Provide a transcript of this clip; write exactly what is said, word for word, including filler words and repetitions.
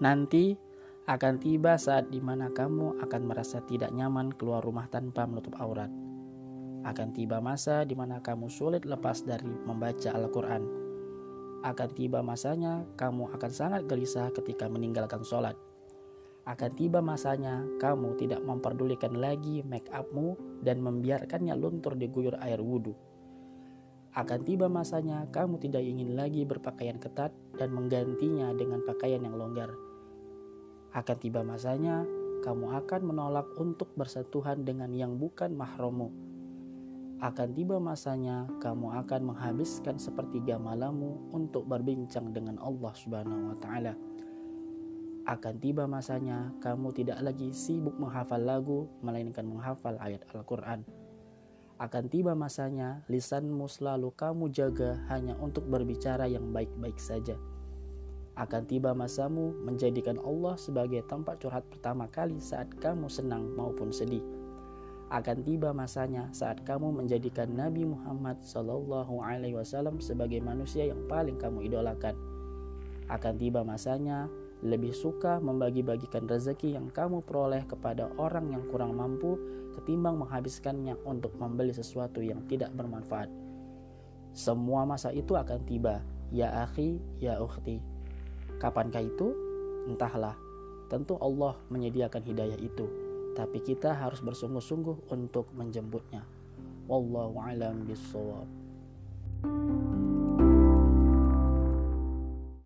Nanti akan tiba saat di mana kamu akan merasa tidak nyaman keluar rumah tanpa menutup aurat. Akan tiba masa di mana kamu sulit lepas dari membaca Al-Quran. Akan tiba masanya kamu akan sangat gelisah ketika meninggalkan sholat. Akan tiba masanya kamu tidak memperdulikan lagi make upmu dan membiarkannya luntur diguyur air wudhu. Akan tiba masanya kamu tidak ingin lagi berpakaian ketat dan menggantinya dengan pakaian yang longgar. Akan tiba masanya kamu akan menolak untuk bersentuhan dengan yang bukan mahrammu. Akan tiba masanya kamu akan menghabiskan sepertiga malammu untuk berbincang dengan Allah Subhanahu wa Ta'ala. Akan tiba masanya kamu tidak lagi sibuk menghafal lagu, melainkan menghafal ayat Al-Quran. Akan tiba masanya lisanmu selalu kamu jaga hanya untuk berbicara yang baik-baik saja. Akan tiba masamu menjadikan Allah sebagai tempat curhat pertama kali saat kamu senang maupun sedih. Akan tiba masanya saat kamu menjadikan Nabi Muhammad shallallahu alaihi wasallam sebagai manusia yang paling kamu idolakan. Akan tiba masanya lebih suka membagi-bagikan rezeki yang kamu peroleh kepada orang yang kurang mampu ketimbang menghabiskannya untuk membeli sesuatu yang tidak bermanfaat. Semua masa itu akan tiba, ya akhi, ya ukhti. Kapankah itu? Entahlah. Tentu Allah menyediakan hidayah itu, tapi kita harus bersungguh-sungguh untuk menjemputnya. Wallahu a'lam bishawab.